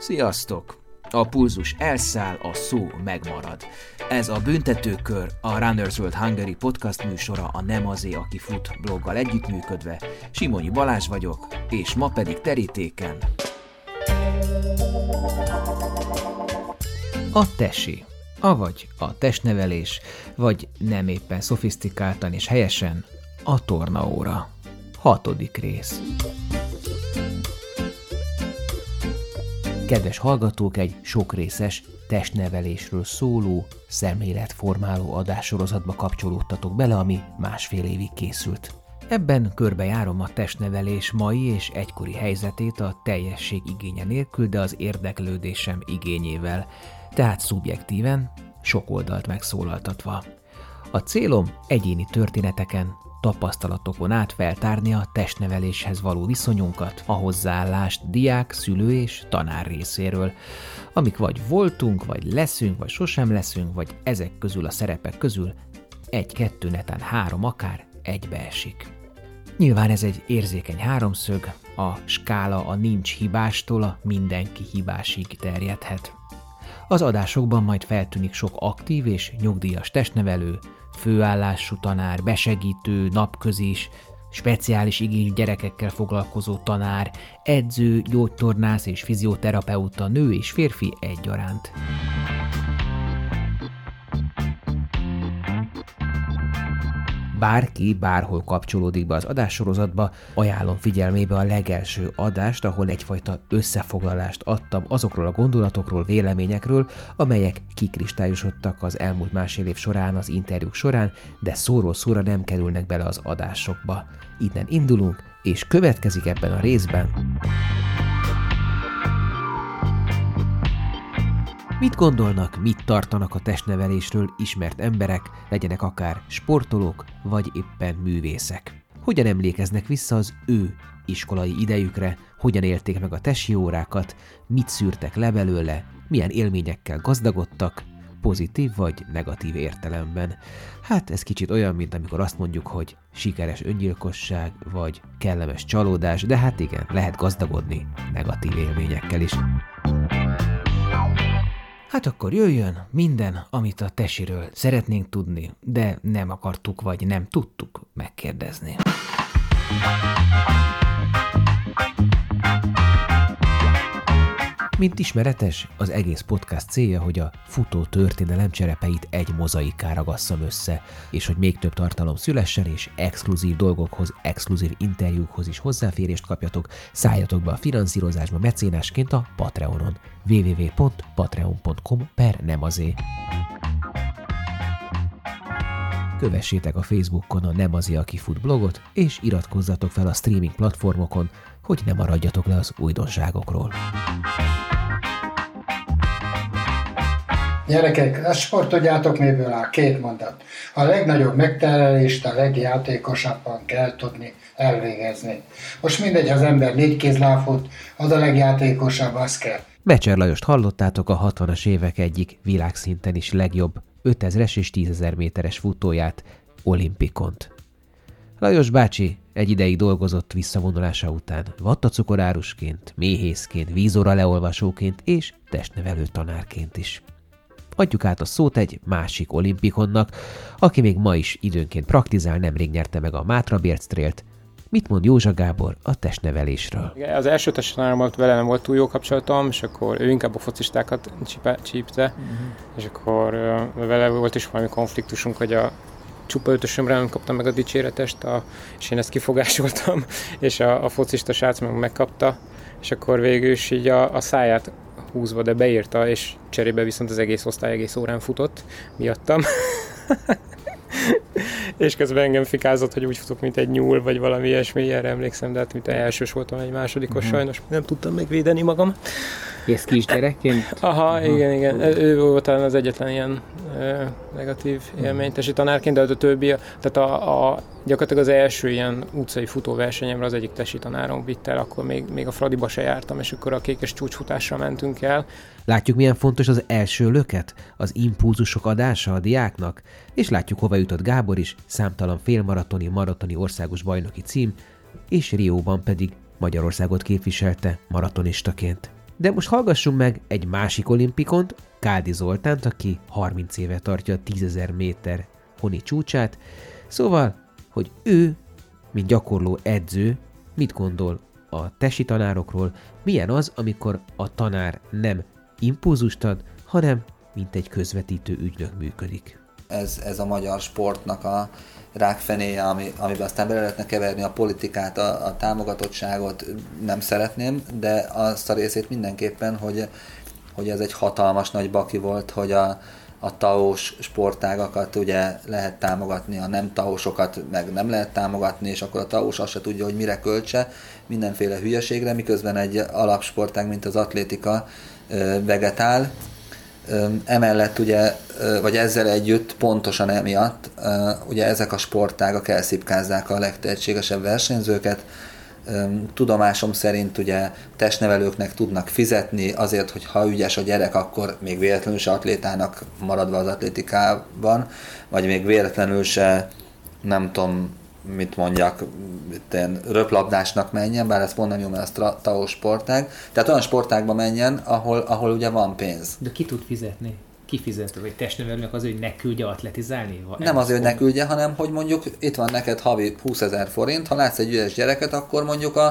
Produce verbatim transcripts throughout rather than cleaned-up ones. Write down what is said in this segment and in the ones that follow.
Sziasztok! A pulzus elszáll, a szó megmarad. Ez a Büntetőkör, a Runners World Hungary podcast műsora a Nem azé, aki fut bloggal együttműködve. Simonyi Balázs vagyok, és ma pedig terítéken a tesi, avagy a testnevelés, vagy nem éppen szofisztikáltan és helyesen a tornaóra. Hatodik rész. Kedves hallgatók, egy sokrészes testnevelésről szóló, szemléletformáló adássorozatba kapcsolódtatok bele, ami másfél évig készült. Ebben körbejárom a testnevelés mai és egykori helyzetét a teljesség igénye nélkül, de az érdeklődésem igényével, tehát szubjektíven, sok oldalt megszólaltatva. A célom egyéni történeteken, tapasztalatokon át feltárni a testneveléshez való viszonyunkat, a hozzáállást diák, szülő és tanár részéről, amik vagy voltunk, vagy leszünk, vagy sosem leszünk, vagy ezek közül a szerepek közül egy-kettő, netán három akár egybeesik. Nyilván ez egy érzékeny háromszög, a skála a nincs hibástól a mindenki hibásig terjedhet. Az adásokban majd feltűnik sok aktív és nyugdíjas testnevelő, főállású tanár, besegítő, napközis, speciális igényű gyerekekkel foglalkozó tanár, edző, gyógytornász és fizioterapeuta, nő és férfi egyaránt. Bárki bárhol kapcsolódik be az adássorozatba, ajánlom figyelmébe a legelső adást, ahol egyfajta összefoglalást adtam azokról a gondolatokról, véleményekről, amelyek kikristályosodtak az elmúlt másfél év során, az interjúk során, de szóról szóra nem kerülnek bele az adásokba. Innen indulunk, és következik ebben a részben. Mit gondolnak, mit tartanak a testnevelésről ismert emberek, legyenek akár sportolók, vagy éppen művészek? Hogyan emlékeznek vissza az ő iskolai idejükre, hogyan élték meg a tesi órákat, mit szűrtek le belőle, milyen élményekkel gazdagodtak, pozitív vagy negatív értelemben? Hát ez kicsit olyan, mint amikor azt mondjuk, hogy sikeres öngyilkosság, vagy kellemes csalódás, de hát igen, lehet gazdagodni negatív élményekkel is. Hát akkor jöjjön minden, amit a tesiről szeretnénk tudni, de nem akartuk vagy nem tudtuk megkérdezni. Mint ismeretes, az egész podcast célja, hogy a futó történelem cserepeit egy mozaikára rasszam össze, és hogy még több tartalom szülessen, és exkluzív dolgokhoz, exkluzív interjúkhoz is hozzáférést kapjatok, szálljatok be a finanszírozásba mecénásként a Patreonon. double-u double-u double-u pont patreon pont com per nem azé. Kövessétek a Facebookon a Nem azé, aki fut blogot, és iratkozzatok fel a streaming platformokon, hogy ne maradjatok le az újdonságokról. Gyerekek, a sport tudjátok miből áll? Két mondat. A legnagyobb megterelést a legjátékosabban kell tudni elvégezni. Most mindegy, az ember négy kézláb fut, az a legjátékosabb, az kell. Becser Lajost hallottátok, a hatvanas évek egyik világszinten is legjobb ötezres és tízezer méteres futóját, olimpikont. Lajos bácsi egy ideig dolgozott visszavonulása után, vattacukorárusként, méhészként, vízóra leolvasóként és testnevelő tanárként is. Adjuk át a szót egy másik olimpikonnak, aki még ma is időnként praktizál, nemrég nyerte meg a Mátra Bérctrélt. Mit mond Józsa Gábor a testnevelésről? Az első testtanárommal vele nem volt túl jó kapcsolatom, és akkor ő inkább a focistákat csípte, uh-huh. és akkor vele volt is valami konfliktusunk, hogy a csupa ötösömre nem kaptam meg a dicséretest, a, és én ezt kifogásoltam, és a, a focista srác meg megkapta, és akkor végül is így a, a száját húzva, de beírta, és cserébe viszont az egész osztály egész órán futott miattam. És közben engem fikázott, hogy úgy futok, mint egy nyúl, vagy valami ilyesmi, erre emlékszem, de hát mint elsős voltam, egy másodikos, uh-huh. sajnos nem tudtam megvédeni magam. És kisgyerekként? Aha, uh-huh. igen, igen. Ő volt talán az egyetlen ilyen ö, negatív élmény tesi tanárként, de a többi, tehát a, a, gyakorlatilag az első ilyen utcai futóversenyemre az egyik tesi tanárom vitt el, akkor még, még a Fradiba se jártam, és akkor a kékes csúcsfutásra mentünk el. Látjuk, milyen fontos az első löket, az impulzusok adása a diáknak, és látjuk, hova jutott Gábor is, számtalan félmaratoni, maratoni országos bajnoki cím, és Rióban pedig Magyarországot képviselte maratonistaként. De most hallgassunk meg egy másik olimpikont, Káldi Zoltánt, aki harminc éve tartja a tízezer méter honi csúcsát. Szóval, hogy ő, mint gyakorló edző, mit gondol a tesi tanárokról, milyen az, amikor a tanár nem impulzust ad, hanem mint egy közvetítő ügynök működik. Ez, ez a magyar sportnak a rákfenéje, ami, amiben aztán bele lehetne keverni a politikát, a, a támogatottságot, nem szeretném, de azt a részét mindenképpen, hogy, hogy ez egy hatalmas nagy baki volt, hogy a, a taós sportágakat ugye lehet támogatni, a nem taósokat meg nem lehet támogatni, és akkor a taós azt se tudja, hogy mire költse, mindenféle hülyeségre, miközben egy alapsportág, mint az atlétika vegetál. Emellett ugye, vagy ezzel együtt pontosan emiatt, ugye ezek a sportágak elszipkázzák a legtehetségesebb versenyzőket. Tudomásom szerint ugye testnevelőknek tudnak fizetni azért, hogy ha ügyes a gyerek, akkor még véletlenül se atlétának maradva az atlétikában, vagy még véletlenül se, nem tudom, mit mondjak, röplabdásnak menjen, bár ezt pont nem jó, mert az taós sportág. Tehát olyan sportágba menjen, ahol, ahol ugye van pénz. De ki tud fizetni? Ki fizet? Vagy testnevelőnek azért, hogy ne küldje atletizálni? Nem azért, hogy ne küldje, hanem hogy mondjuk itt van neked havi húszezer forint, ha látsz egy ügyes gyereket, akkor mondjuk a,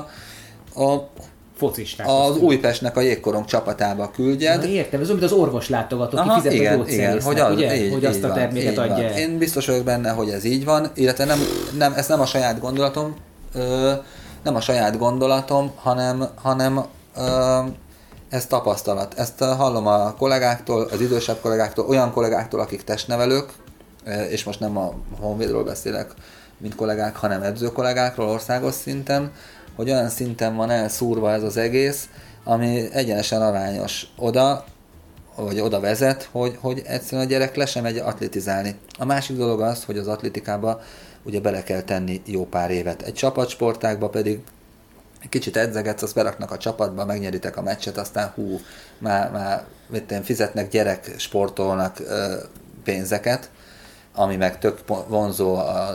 a focisták. Az Újpestnek a jégkorong csapatába küldjed. Na, értem, ez olyan, mint az orvos látogató, ki fizet igen, a gyógyszerésznek, hogy az, ugye? Így, hogy így azt a terméket van, adja. Én biztos vagyok benne, hogy ez így van, illetve nem, nem, ez nem a saját gondolatom, ö, nem a saját gondolatom, hanem, hanem ö, ez tapasztalat. Ezt hallom a kollégáktól, az idősebb kollégáktól, olyan kollégáktól, akik testnevelők, és most nem a Honvédról beszélek, mint kollégák, hanem edző kollégákról országos szinten, hogy olyan szinten van elszúrva ez az egész, ami egyenesen arányos oda, vagy oda vezet, hogy, hogy egyszerűen a gyerek le sem megy atlétizálni. A másik dolog az, hogy az atlétikába ugye bele kell tenni jó pár évet. Egy csapatsportágba pedig egy kicsit edzegetsz, azt beraknak a csapatba, megnyeritek a meccset, aztán hú, már, már mit fizetnek gyerek sportolnak ö, pénzeket, ami meg tök vonzó a,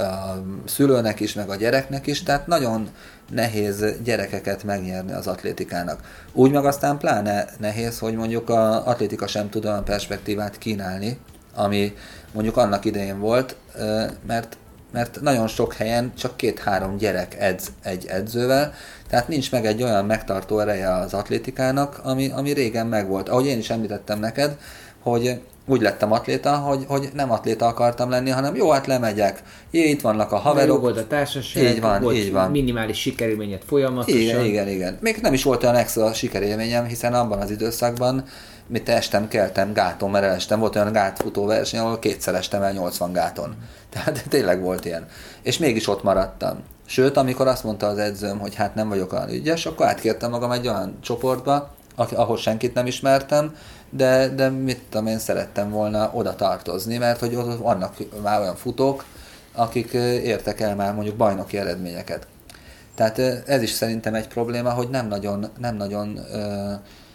a szülőnek is, meg a gyereknek is, tehát nagyon nehéz gyerekeket megnyerni az atlétikának. Úgy meg aztán pláne nehéz, hogy mondjuk az atlétika sem tud olyan perspektívát kínálni, ami mondjuk annak idején volt, mert, mert nagyon sok helyen csak két-három gyerek edz egy edzővel, tehát nincs meg egy olyan megtartó ereje az atlétikának, ami, ami régen megvolt. Ahogy én is említettem neked, hogy úgy lettem atléta, hogy, hogy nem atléta akartam lenni, hanem jó, hát lemegyek. Jé, itt vannak a haverok. Jó volt a társaság, így van, volt így van. Minimális sikerélményed folyamatosan. Igen, igen, igen. Még nem is volt olyan extra sikerélményem, hiszen abban az időszakban, mit estem, keltem gáton, mert elestem. Volt olyan gátfutó verseny, ahol kétszer estem el nyolcvan gáton. Tehát tényleg volt ilyen. És mégis ott maradtam. Sőt, amikor azt mondta az edzőm, hogy hát nem vagyok olyan ügyes, akkor átkértem magam egy olyan csoportba, ahol senkit nem ismertem, de, de mit tudom én, szerettem volna oda tartozni, mert hogy ott vannak már olyan futók, akik értek el már mondjuk bajnoki eredményeket. Tehát ez is szerintem egy probléma, hogy nem nagyon, nem nagyon ö,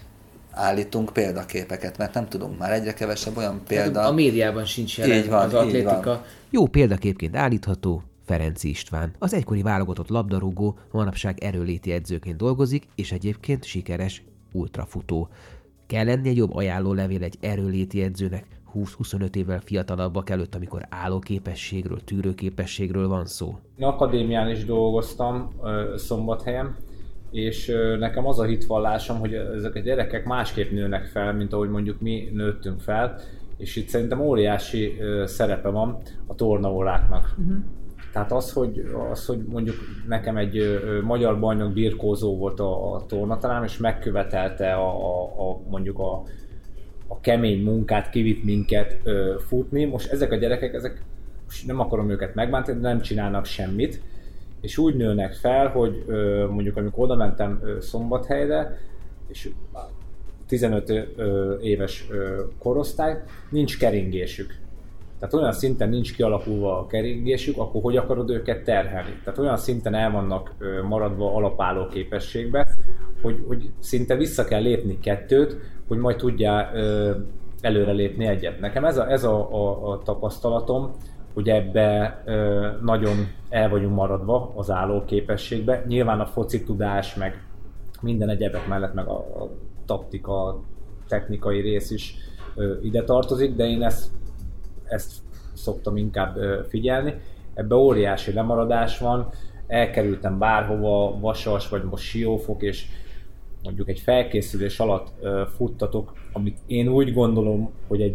állítunk példaképeket, mert nem tudunk már egyre kevesebb olyan példa. A médiában sincs jelen van, az atlétika. Jó példaképként állítható Ferenczy István. Az egykori válogatott labdarúgó manapság erőléti edzőként dolgozik, és egyébként sikeres ultrafutó. Kell lenni egy jobb ajánlólevél egy erőléti edzőnek húsz-huszonöt évvel fiatalabbak előtt, amikor állóképességről, tűrőképességről van szó? Én akadémián is dolgoztam Szombathelyen, és nekem az a hitvallásom, hogy ezek a gyerekek másképp nőnek fel, mint ahogy mondjuk mi nőttünk fel, és itt szerintem óriási szerepe van a tornaóráknak. Uh-huh. Tehát az hogy, az, hogy mondjuk nekem egy ö, magyar bajnok birkózó volt a, a tornatanám, és megkövetelte a, a, a, mondjuk a, a kemény munkát, kivitt minket ö, futni. Most ezek a gyerekek, ezek, nem akarom őket megbántani, de nem csinálnak semmit, és úgy nőnek fel, hogy ö, mondjuk amikor oda mentem ö, Szombathelyre, és tizenöt ö, éves ö, korosztály, nincs keringésük. Tehát olyan szinten nincs kialakulva a keringésük, akkor hogy akarod őket terhelni? Tehát olyan szinten el vannak maradva alapálló képességbe, hogy, hogy szinte vissza kell lépni kettőt, hogy majd tudjál előre lépni egyet. Nekem ez a, ez a, a, a tapasztalatom, hogy ebbe ö, nagyon el vagyunk maradva az álló képességbe. Nyilván a foci tudás, meg minden egyebek mellett, meg a, a taktika, a technikai rész is ö, ide tartozik, de én ezt, ezt szoktam inkább ö, figyelni. Ebben óriási lemaradás van, elkerültem bárhova, Vasas vagy most Siófok, és mondjuk egy felkészülés alatt ö, futtatok, amit én úgy gondolom, hogy egy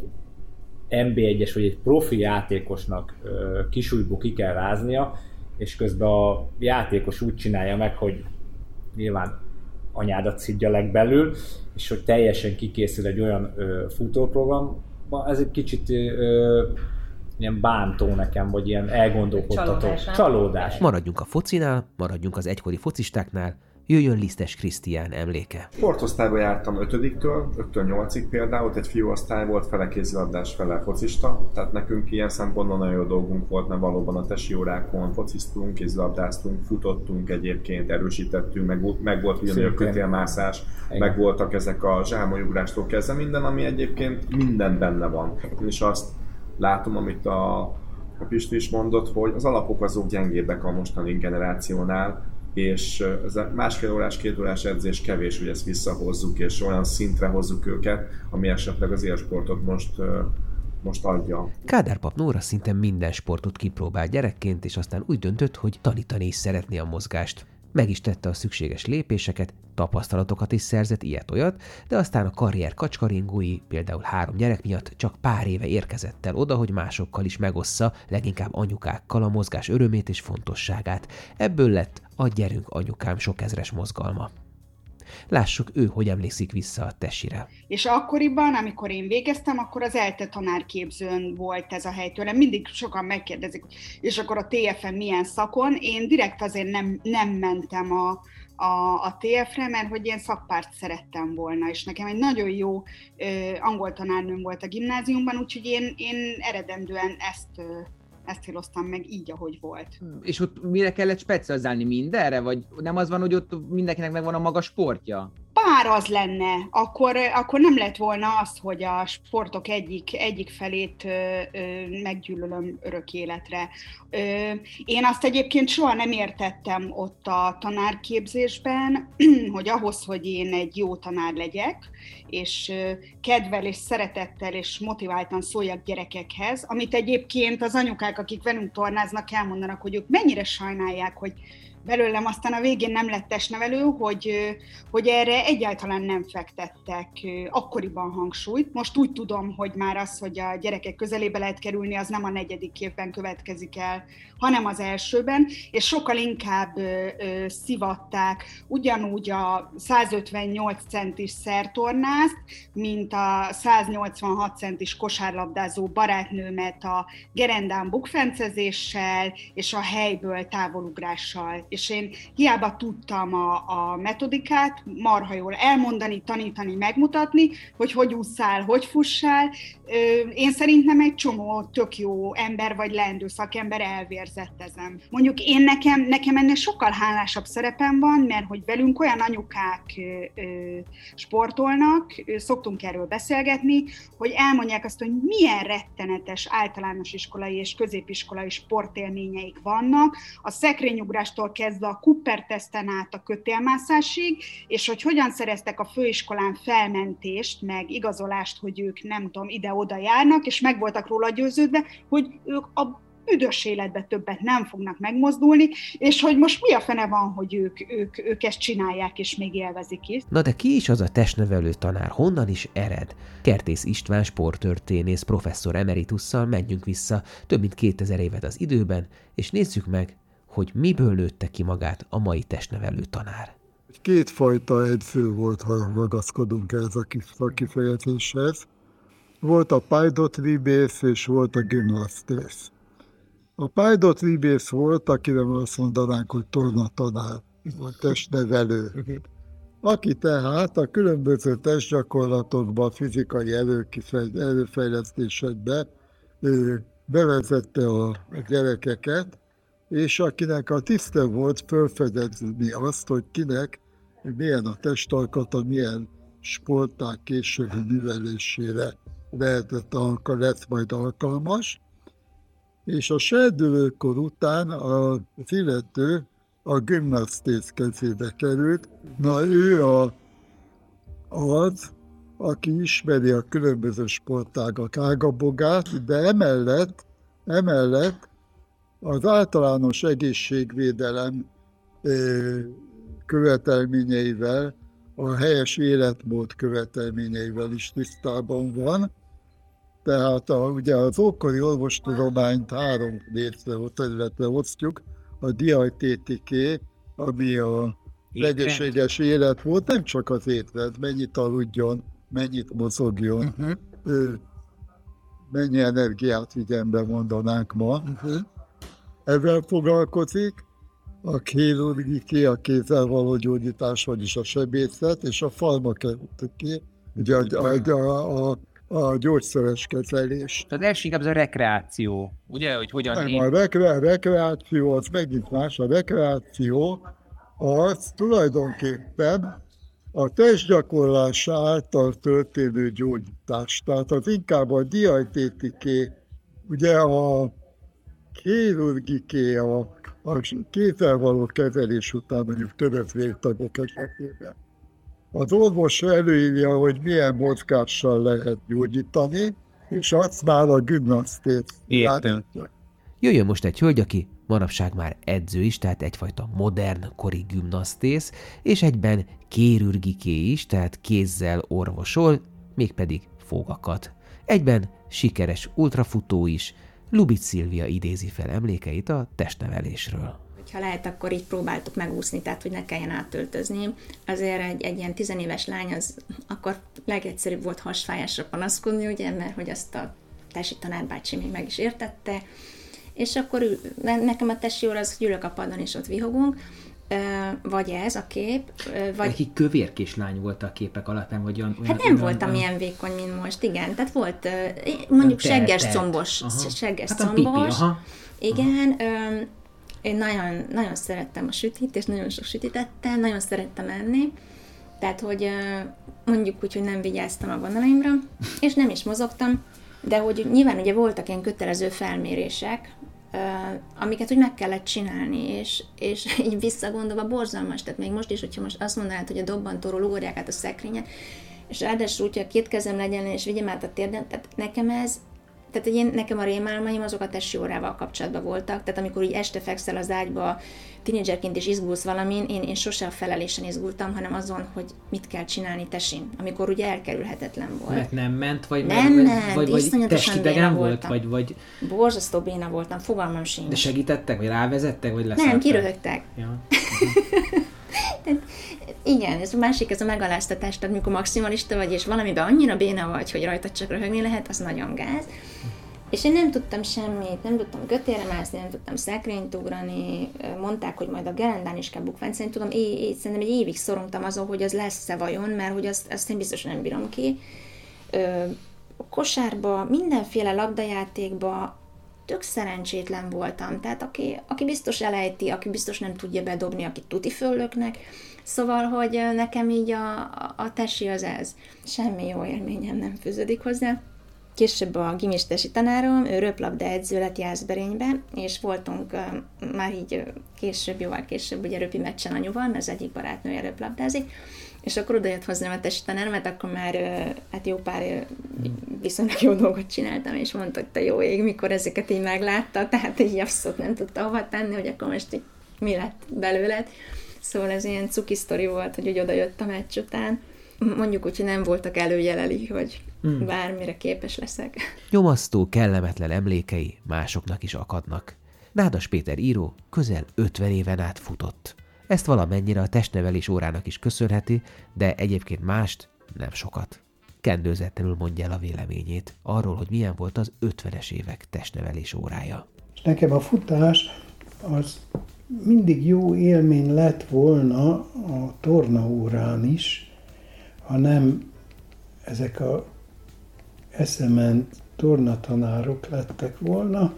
en bé egyes vagy egy profi játékosnak ö, kisújból ki kell ráznia, és közben a játékos úgy csinálja meg, hogy nyilván anyádat szidja legbelül, és hogy teljesen kikészül egy olyan ö, futóprogramba, ez egy kicsit ö, ilyen bántó nekem, vagy ilyen elgondolkodtató. Csalódás. Csalódás. Maradjunk a focinál, maradjunk az egykori focistáknál, jöjjön Lisztes Krisztián emléke. Sportosztályba jártam ötödiktől, öttől nyolcig például, egy fiúosztály volt, fele kézilabdás, fele focista, tehát nekünk ilyen szempontból nagyon jó dolgunk volt, mert valóban a tesi órákon fociztunk, kézilabdáztunk, futottunk egyébként, erősítettünk, meg, meg volt ugyanúgy a kötélmászás, meg voltak ezek a zsámolyugrástól kezdve minden, ami egyébként minden benne van. Én is azt látom, amit a, a Pisti is mondott, hogy az alapok azok gyengébbek a mostani generációnál, és ez a másfél órás, két órás edzés kevés, hogy ezt visszahozzuk, és olyan szintre hozzuk őket, ami esetleg az élsportot most, most adja. Kádár pap Nóra szinte minden sportot kipróbált gyerekként, és aztán úgy döntött, hogy tanítani is szeretné a mozgást. Meg is tette a szükséges lépéseket, tapasztalatokat is szerzett ilyet-olyat, de aztán a karrier kacskaringói, például három gyerek miatt csak pár éve érkezett el oda, hogy másokkal is megossza, leginkább anyukákkal a mozgás örömét és fontosságát. Ebből lett a Gyerünk anyukám sok ezres mozgalma. Lássuk ő, hogy emlékszik vissza a tesire. És akkoriban, amikor én végeztem, akkor az ELTE tanárképzőn volt ez a hely tőlem. Mindig sokan megkérdezik, és akkor a té ef-en milyen szakon. Én direkt azért nem, nem mentem a, a, a té ef-re, mert hogy én szakpárt szerettem volna, és nekem egy nagyon jó ö, angol tanárnőm volt a gimnáziumban, úgyhogy én, én eredendően ezt... Ö, ezt céloztam meg így, ahogy volt. És ott mire kellett specializálni, mindenre? Vagy nem az van, hogy ott mindenkinek megvan a maga sportja? Bár az lenne, akkor, akkor nem lett volna az, hogy a sportok egyik, egyik felét ö, ö, meggyűlölöm örök életre. Ö, én azt egyébként soha nem értettem ott a tanárképzésben, hogy ahhoz, hogy én egy jó tanár legyek, és ö, kedvel és szeretettel és motiváltan szóljak gyerekekhez, amit egyébként az anyukák, akik velünk tornáznak, elmondanak, hogy ők mennyire sajnálják, hogy belőlem aztán a végén nem lett testnevelő, hogy, hogy erre egyáltalán nem fektettek akkoriban hangsúlyt. Most úgy tudom, hogy már az, hogy a gyerekek közelébe lehet kerülni, az nem a negyedik évben következik el, hanem az elsőben, és sokkal inkább ö, ö, szivatták ugyanúgy a százötvennyolc centis szertornázt, mint a száznyolcvanhat centis kosárlabdázó barátnőmet a gerendán bukfencezéssel és a helyből távolugrással. És én hiába tudtam a, a metodikát marha jól elmondani, tanítani, megmutatni, hogy hogy ússzál, hogy fussál. Én szerintem egy csomó tök jó ember vagy leendő szakember elvérzett ezen. Mondjuk én nekem, nekem ennél sokkal hálásabb szerepem van, mert hogy velünk olyan anyukák ö, ö, sportolnak, ö, szoktunk erről beszélgetni, hogy elmondják azt, hogy milyen rettenetes általános iskolai és középiskolai sportélményeik vannak, a szekrényugrástól kezdve a Cooper-teszten át a kötélmászásig, és hogy hogyan szereztek a főiskolán felmentést, meg igazolást, hogy ők nem tudom, ide-oda járnak, és meg voltak róla győződve, hogy ők a büdös életbe többet nem fognak megmozdulni, és hogy most mi a fene van, hogy ők, ők, ők ezt csinálják, és még élvezik is. Na de ki is az a testnevelő tanár? Honnan is ered? Kertész István sporttörténész professzor emeritusszal menjünk vissza több mint kétezer évet az időben, és nézzük meg, hogy miből nőtte ki magát a mai testnevelő tanár. Kétfajta edző volt, ha ragaszkodunk ehhez a kifejezéshez. Volt a pályadotribész és volt a gimnasztész. A pályadotribész volt, akire azt mondanánk, hogy tornatanár, vagy testnevelő. Aki tehát a különböző testgyakorlatokban, fizikai előfejlesztésekben bevezette a gyerekeket, és akinek a tiszte volt felfedezni azt, hogy kinek milyen a testalkata, milyen sporták későbbi művelésére lehetett alkalmas, lett majd alkalmas. És a serdülőkor után az illető a gimnasztész kezébe került. Na ő a, az, aki ismeri a különböző sportágak ágabogát, de emellett, emellett az általános egészségvédelem követelményeivel, a helyes életmód követelményeivel is tisztában van. Tehát a, ugye az ókori orvostudományt három részre, területre osztjuk, a dietetiké, ami a egészséges életmód, nem csak az étrend, mennyit aludjon, mennyit mozogjon, uh-huh. mennyi energiát vigyen be, mondanánk ma. Uh-huh. Ezzel foglalkozik a chirurgiké, a kézzel való gyógyítás, vagyis a sebészet, és a farmakeutika, ugye a, a, a, a, a gyógyszeres kezelés. Az első inkább az a rekreáció, ugye, hogy hogyan... Nem, én... a rekre, rekreáció az megint más, a rekreáció az tulajdonképpen a testgyakorlás által történő gyógyítás. Tehát az inkább a dietetiké, ugye a chirurgiké, a, a kézzel való kezelés után mondjuk törött végtagok esetében. Az orvos előírja, hogy milyen mozgással lehet gyógyítani, és azt már a gimnasztész. Értem. Jöjjön most egy hölgy, aki manapság már edző is, tehát egyfajta modern kori gimnasztész, és egyben chirurgiké is, tehát kézzel orvosol, mégpedig fogakat. Egyben sikeres ultrafutó is. Lubitz Szilvia idézi fel emlékeit a testnevelésről. Ha lehet, akkor így próbáltuk megúszni, tehát hogy ne kelljen átöltözni. Azért egy, egy ilyen tizenéves lány, az akkor legegyszerűbb volt hasfájásra panaszkodni, ugye, mert hogy azt a tesi tanárbácsi még meg is értette, és akkor nekem a tesi óra az, hogy ülök a padon, és ott vihogunk, vagy ez a kép, vagy... Aki kövérkés lány volt a képek alapján, vagy olyan... Hát nem olyan, voltam olyan... ilyen vékony, mint most, igen. Tehát volt mondjuk te, segges te. combos, aha. segges hát combos. Pipi, aha. Igen, aha. Én nagyon, nagyon szerettem a sütit, és nagyon sok sütit ettem, nagyon szerettem enni. Tehát, hogy mondjuk úgy, hogy nem vigyáztam a vonalaimra, és nem is mozogtam, de hogy nyilván ugye voltak ilyen kötelező felmérések, amiket úgy meg kellett csinálni, és, és így visszagondolva borzalmas, tehát még most is, hogyha most azt mondanád, hogy a dobbantóról ugorják át a szekrényen, és ráadásul úgy, hogy a két kezem legyen, és vigyem át a térden, tehát nekem ez, tehát én, nekem a rémálmaim azok a testi órával kapcsolatban voltak, tehát amikor így este fekszel az ágyba, tínédzserként is izgulsz valamin, én, én sose a felelésen izgultam, hanem azon, hogy mit kell csinálni tesin, amikor ugye elkerülhetetlen volt. Mert nem ment, vagy nem mert, ment, vagy, vagy testidegen volt, vagy, vagy... Borzasztó béna voltam, fogalmam sincs. De segítettek, vagy rávezettek, vagy leszálltak? Nem, kiröhögtek. Ja. Igen, ez a másik, ez a megaláztatás, tehát mikor maximalista vagy, és valamiben annyira béna vagy, hogy rajtad csak röhögni lehet, az nagyon gáz. És én nem tudtam semmit, nem tudtam götérre mászni, nem tudtam szekrényt ugrani, mondták, hogy majd a gerendán is kell bukfenceni, tudom, é, é, szerintem egy évig szorongtam azon, hogy az lesz-e vajon, mert hogy azt, azt én biztos nem bírom ki. Ö, kosárba, mindenféle labdajátékba tök szerencsétlen voltam, tehát aki, aki biztos elejti, aki biztos nem tudja bedobni, aki tuti föllöknek, szóval, hogy nekem így a, a tesi az ez. Semmi jó élményem nem fűződik hozzá. Később a gimis tesi tanárom, ő röplabda edző lett Jászberényben, és voltunk uh, már így uh, később, jóval később, ugye röpi meccsen anyuval, mert az egyik barátnője röplabdázik, és akkor oda jött hozzám a tesi tanár, mert akkor már uh, hát jó pár uh, viszonylag jó dolgot csináltam, és mondta, hogy te jó ég, mikor ezeket így meglátta, tehát így abszolút nem tudta hova tenni, hogy akkor most így mi lett belőled. Szóval ez ilyen cuki sztori volt, hogy úgy oda jött a meccs után. Mondjuk úgy, hogy nem voltak előjeleli, hogy hmm. bármire képes leszek. Nyomasztó, kellemetlen emlékei másoknak is akadnak. Nádas Péter író közel ötven éven át futott. Ezt valamennyire a testnevelés órának is köszönheti, de egyébként mást nem sokat. Kendőzetlenül mondja el a véleményét arról, hogy milyen volt az ötvenes évek testnevelés órája. Nekem a futás az mindig jó élmény lett volna a tornaórán is, ha nem ezek a eszement tornatanárok lettek volna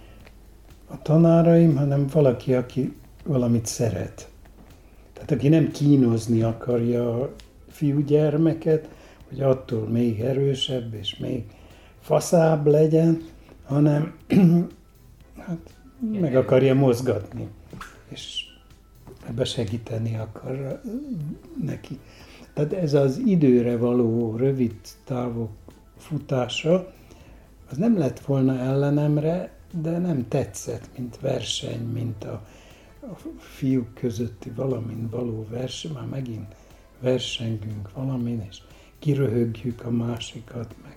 a tanáraim, hanem valaki, aki valamit szeret. Tehát aki nem kínozni akarja a fiúgyermeket, hogy attól még erősebb és még faszább legyen, hanem hát, meg akarja mozgatni. És ebbe segíteni akar neki. Tehát ez az időre való rövid távok futása, az nem lett volna ellenemre, de nem tetszett, mint verseny, mint a, a fiúk közötti valamint való verseny, már megint versengünk valamin, és kiröhögjük a másikat, meg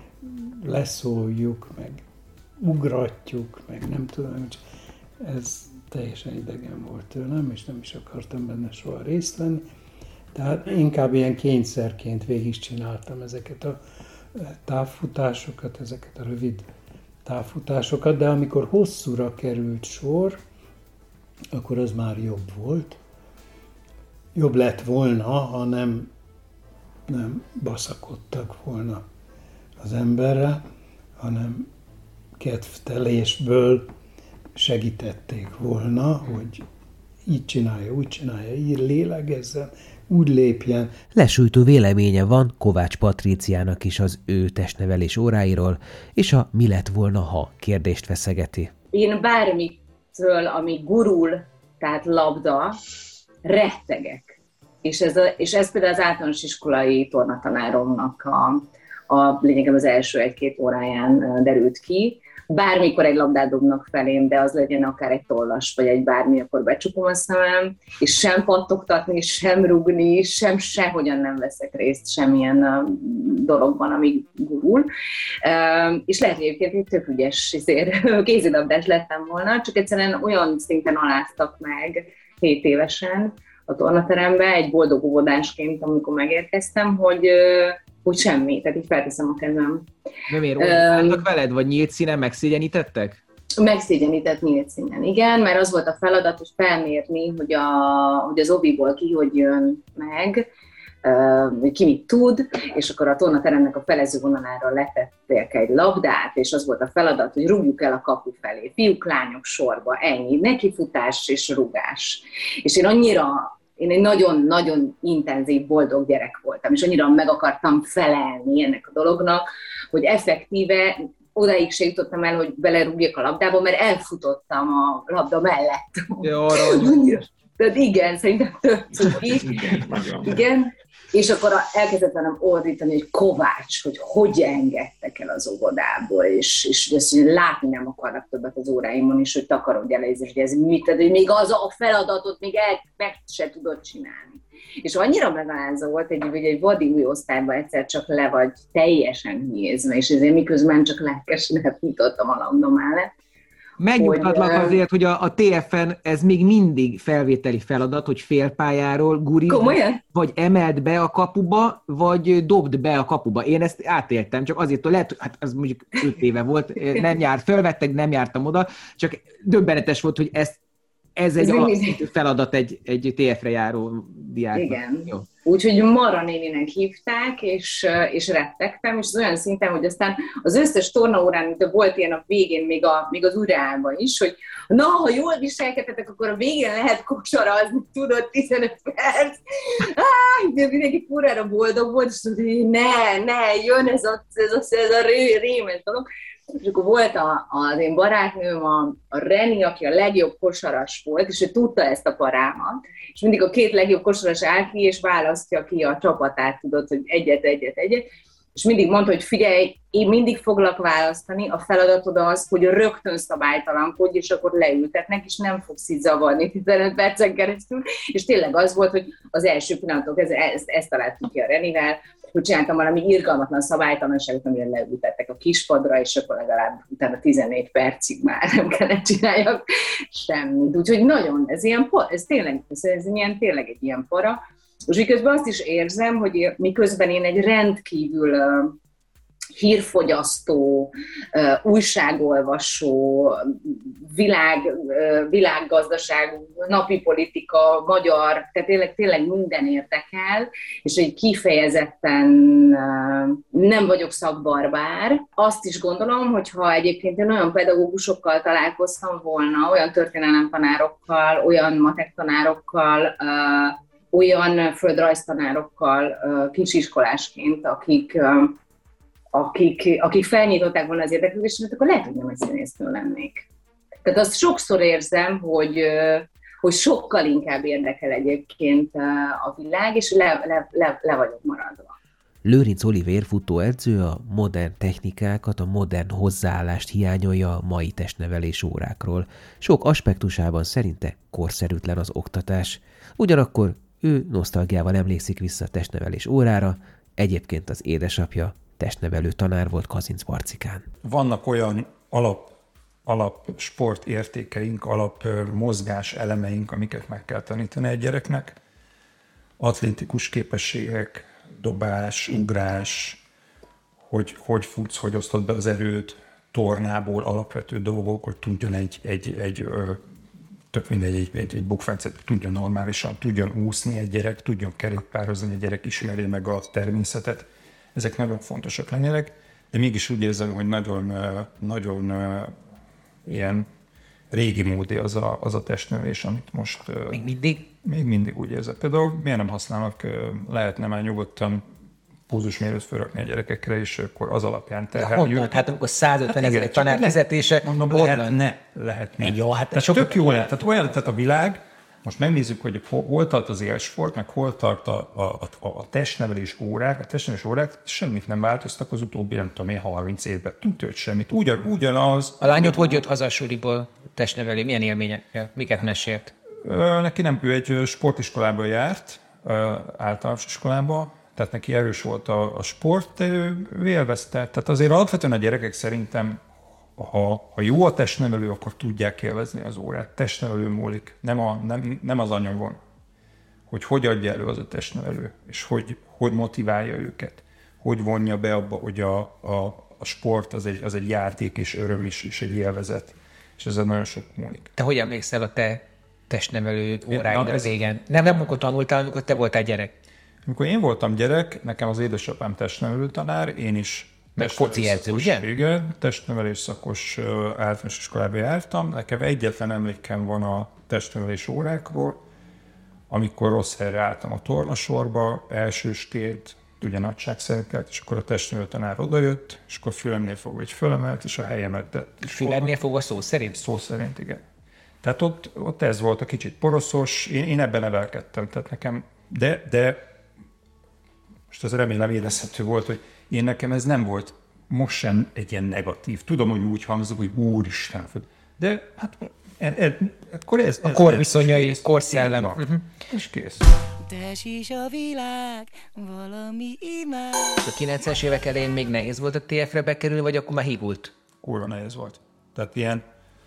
leszóljuk, meg ugratjuk, meg nem tudom, ez teljesen idegen volt tőlem, és nem is akartam benne soha részt venni. Tehát inkább ilyen kényszerként végigcsináltam ezeket a távfutásokat, ezeket a rövid távfutásokat, de amikor hosszúra került sor, akkor az már jobb volt. Jobb lett volna, ha nem, nem baszakodtak volna az emberre, hanem kedvtelésből segítették volna, hogy így csinálja, úgy csinálja, így lélegezzen, úgy lépjen. Lesújtó véleménye van Kovács Patríciának is az ő testnevelés óráiról, és a mi lett volna, ha kérdést feszegeti. Én bármitől, ami gurul, tehát labda, rettegek. És ez, a, és ez például az általános iskolai tornatanáromnak a, a lényegem az első egy-két óráján derült ki. Bármikor egy labdát dobnak felém, de az legyen akár egy tollas, vagy egy bármi, akkor becsukom a szemem, és sem pattogtatni, sem rugni, sem sehogyan nem veszek részt semmilyen dologban, ami gurul. És lehet, hogy egyébként egy tök ügyes kézilabdás lettem volna, csak egyszerűen olyan szinten aláztak meg hét évesen a tornaterembe, egy boldog óvodásként, amikor megérkeztem, hogy hogy semmi, tehát így felteszem a kezem. De miért? Úgy álltak veled, vagy nyílt színen megszégyenítettek? Megszégyenített nyílt színen, igen, mert az volt a feladat, hogy felmérni, hogy, a, hogy az obiból ki hogy jön meg, uh, ki mit tud, és akkor a tornateremnek a felező vonalára letették egy labdát, és az volt a feladat, hogy rúgjuk el a kapu felé. Fiúk, lányok sorba, ennyi, nekifutás és rugás. És én annyira Én egy nagyon-nagyon intenzív, boldog gyerek voltam, és annyira meg akartam felelni ennek a dolognak, hogy effektíve odaig se jutottam el, hogy belerúgjak a labdába, mert elfutottam a labda mellett. Jó, Tehát igen, szerintem tök cuki. Igen. És akkor elkezdett velem ordítani, hogy Kovács, hogy hogy engedtek el az óvodából, és, és ezt látni nem akarnak többet az óráimon is, hogy takarodj el, és hogy ez mit, tehát, hogy még az a feladatot még el, meg se tudod csinálni. És annyira megalázó volt, egy, hogy egy vadi új osztályban egyszer csak le vagy teljesen hülyézve, és ezért miközben csak lelkesen futottam a labda mellett. Megnyugtatlak hogy, azért, hogy a, a té ef en ez még mindig felvételi feladat, hogy félpályáról gurít, vagy emeld be a kapuba, vagy dobd be a kapuba. Én ezt átéltem, csak azért, hogy lehet, hát az mondjuk öt éve volt, nem járt, felvettek, nem jártam oda, csak döbbenetes volt, hogy ezt, ez egy ez feladat egy, egy té ef-re járó diáknak. Igen. Úgyhogy Mara néninek hívták, és, és rettegtem, és az olyan szinten, hogy aztán az összes tornaórán, de volt ilyen a végén, még, a, még az uráában is, hogy na, ha jól viselkedtetek, akkor a végén lehet kosarazni, tudod, tizenöt perc. Áh, de mindenki kurvára boldog volt, és tudod, hogy ne, ne, jön ez a, ez a, ez a ré, rémes dolog. És akkor volt a, az én barátnőm, a, a Reni, aki a legjobb kosaras volt, és ő tudta ezt a parámat, és mindig a két legjobb kosaras áll ki, és választja ki a csapatát, tudod, hogy egyet, egyet, egyet, és mindig mondta, hogy figyelj, én mindig foglak választani, a feladatod az, hogy rögtön szabálytalankodj, és akkor leültetnek, és nem fogsz így zavarni tizenöt percen keresztül, és tényleg az volt, hogy az első pillanatok, ez, ezt, ezt találtuk ki a Renivel, hogy csináltam valami irgalmatlan szabálytalanságot, amire leültettek a kispadra, és akkor legalább utána tizennégy percig már nem kellett csináljak semmit. Úgyhogy nagyon, ez ilyen, ez tényleg, ez, ez ilyen, tényleg egy ilyen para. És miközben azt is érzem, hogy miközben én egy rendkívül uh, hírfogyasztó, uh, újságolvasó, világ, uh, világgazdaság, napi politika, magyar, tehát tényleg, tényleg minden érdekel, és egy kifejezetten uh, nem vagyok szakbarbár. Azt is gondolom, hogy ha egyébként én olyan pedagógusokkal találkoztam volna, olyan történelemtanárokkal, olyan matek tanárokkal, uh, olyan földrajztanárokkal kisiskolásként, akik, akik, akik felnyitották volna az érdeklődést, akkor lehet, hogy nem egy színésznő lennék. Tehát azt sokszor érzem, hogy, hogy sokkal inkább érdekel egyébként a világ, és le, le, le, le vagyok maradva. Lőrinc Olivér futóedző a modern technikákat, a modern hozzáállást hiányolja a mai testnevelés órákról. Sok aspektusában szerinte korszerűtlen az oktatás. Ugyanakkor ő nosztalgiával emlékszik vissza a testnevelés órára, egyébként az édesapja testnevelő tanár volt Kazinc Barcikán. Vannak olyan alap, alap sportértékeink, alap mozgás elemeink, amiket meg kell tanítani egy gyereknek. Atlétikus képességek, dobás, ugrás, hogy hogy futsz, hogy osztod be az erőt, tornából alapvető dolgok, hogy tudjon egy, egy, egy ö, tök mindegy, egy, egy, egy bukfencet, tudjon normálisan, tudjon úszni egy gyerek, tudjon kerékpározni egy gyerek, ismerje meg a természetet. Ezek nagyon fontosak lennének, de mégis úgy érzem, hogy nagyon, nagyon ilyen régi módi az a, az a testnevelés, amit most... Még mindig? Még mindig úgy érzem. Például miért nem használnak, lehetne már nyugodtan pulzusmérőt fölrakni a gyerekekre, és akkor az alapján terheljük. Hát, hát amikor százötven hát ezer tanár fizetése... Mondom, lehetne, lehetne. Jó, hát tehát tök jó lehet. Tehát olyan, tehát a világ, most megnézzük, hogy hol tart az élsport, meg hol tart a, a, a, a testnevelés órák. A testnevelés órák semmit nem változtak az utóbbi, nem tudom én, harminc évben. Tudod semmit. Ugyan, ugyanaz. A lányod hogy jött haza a suliból testnevelő? Milyen élményekkel? Miket mesélt? Neki nem, ő egy sportiskolába járt, általános iskolába, tehát neki erős volt a, a sport, de ő élvezte. Tehát azért alapvetően a gyerekek szerintem, ha, ha jó a testnevelő, akkor tudják élvezni az órát. Testnevelő múlik, nem, a, nem, nem az anyagon. Hogy hogy adja elő az a testnevelő, és hogy, hogy motiválja őket. Hogy vonja be abba, hogy a, a, a sport az egy, az egy játék és öröm is, és egy élvezet. És ezzel nagyon sok múlik. Te hogy emlékszel a te testnevelő óráidra ez... régen? Nem, nem amikor tanultál, amikor te voltál gyerek. Amikor én voltam gyerek, nekem az édesapám testnevelő tanár, én is meg foci edző, ugye? Igen, testnevelés szakos általános iskolába jártam. Nekem egyetlen emlékem van a testnevelés órákról, amikor rossz helyre álltam a tornasorba, elsősként, ugye nagyságszerkelt, és akkor a testnevelő tanár odajött, és akkor fülemnél fogva egy fölemelt, és a helyemet tett. Fülemnél fogva szó szerint? Szó szerint, igen. Tehát ott, ott ez volt a kicsit poroszos, én, én ebben nevelkedtem, tehát nekem, de, de most az remélem érezhető volt, hogy én nekem ez nem volt most sem egy ilyen negatív. Tudom, hogy úgy hangzik, hogy úristen, de hát e, e, akkor ez... A korviszonyai, korszellem. Uh-huh. És kész. Tessék a világ, valami imád. A kilencvenes évek elején még nehéz volt a té ef-re bekerülni, vagy akkor már hígult? Kurva nehéz volt. Tehát ilyen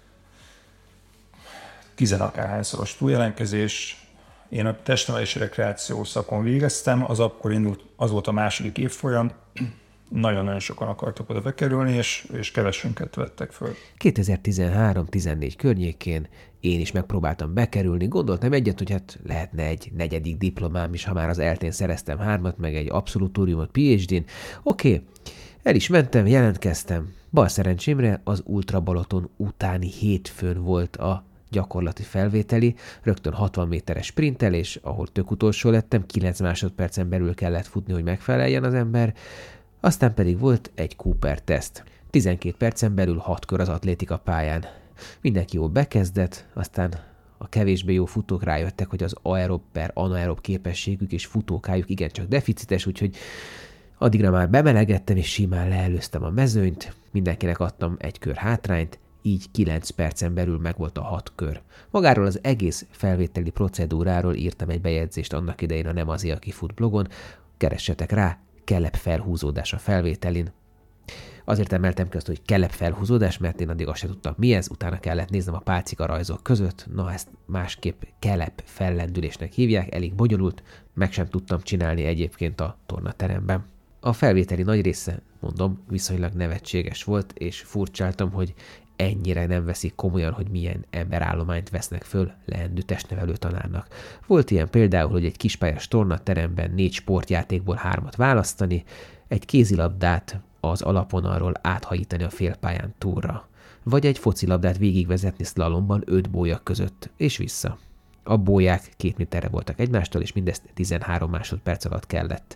tizenakárhányszoros túljelentkezés. Én a testnevelési rekreáció szakon végeztem, az akkor indult, az volt a második évfolyam. Nagyon-nagyon sokan akartak oda bekerülni, és, és kevesünket vettek föl. kétezer-tizenhárom tizennégy környékén én is megpróbáltam bekerülni, gondoltam egyet, hogy hát lehetne egy negyedik diplomám is, ha már az eltén szereztem hármat, meg egy abszolútóriumot pé há dén. Oké, okay, el is mentem, jelentkeztem. Bal szerencsémre az Ultra Balaton utáni hétfőn volt a gyakorlati felvételi, rögtön hatvan méteres sprintelés, ahol tök utolsó lettem, kilenc másodpercen belül kellett futni, hogy megfeleljen az ember, aztán pedig volt egy Cooper-teszt. tizenkét percen belül hat kör az atlétika pályán. Mindenki jól bekezdett, aztán a kevésbé jó futók rájöttek, hogy az aerob per anaerob képességük és futókájuk igencsak deficites, úgyhogy addigra már bemelegettem és simán leelőztem a mezőnyt, mindenkinek adtam egy kör hátrányt, így kilenc percen belül megvolt a hat kör. Magáról az egész felvételi procedúráról írtam egy bejegyzést annak idején a Nem Azi, aki fut blogon, keressetek rá, kelep felhúzódás a felvételin. Azért emeltem ki azt, hogy kelep felhúzódás, mert én addig azt sem tudtam, mi ez, utána kellett néznem a pálcika rajzok között, na ezt másképp kelep fellendülésnek hívják, elég bonyolult, meg sem tudtam csinálni egyébként a tornateremben. A felvételi nagy része, mondom, viszonylag nevetséges volt, és furcsáltam, hogy ennyire nem veszik komolyan, hogy milyen emberállományt vesznek föl leendő testnevelő tanárnak. Volt ilyen például, hogy egy kispályás tornateremben négy sportjátékból hármat választani, egy kézilabdát az alapvonalról áthajítani a félpályán túlra, vagy egy focilabdát végigvezetni szlalomban öt bólyak között, és vissza. A bólyák két méterre voltak egymástól, és mindezt tizenhárom másodperc alatt kellett.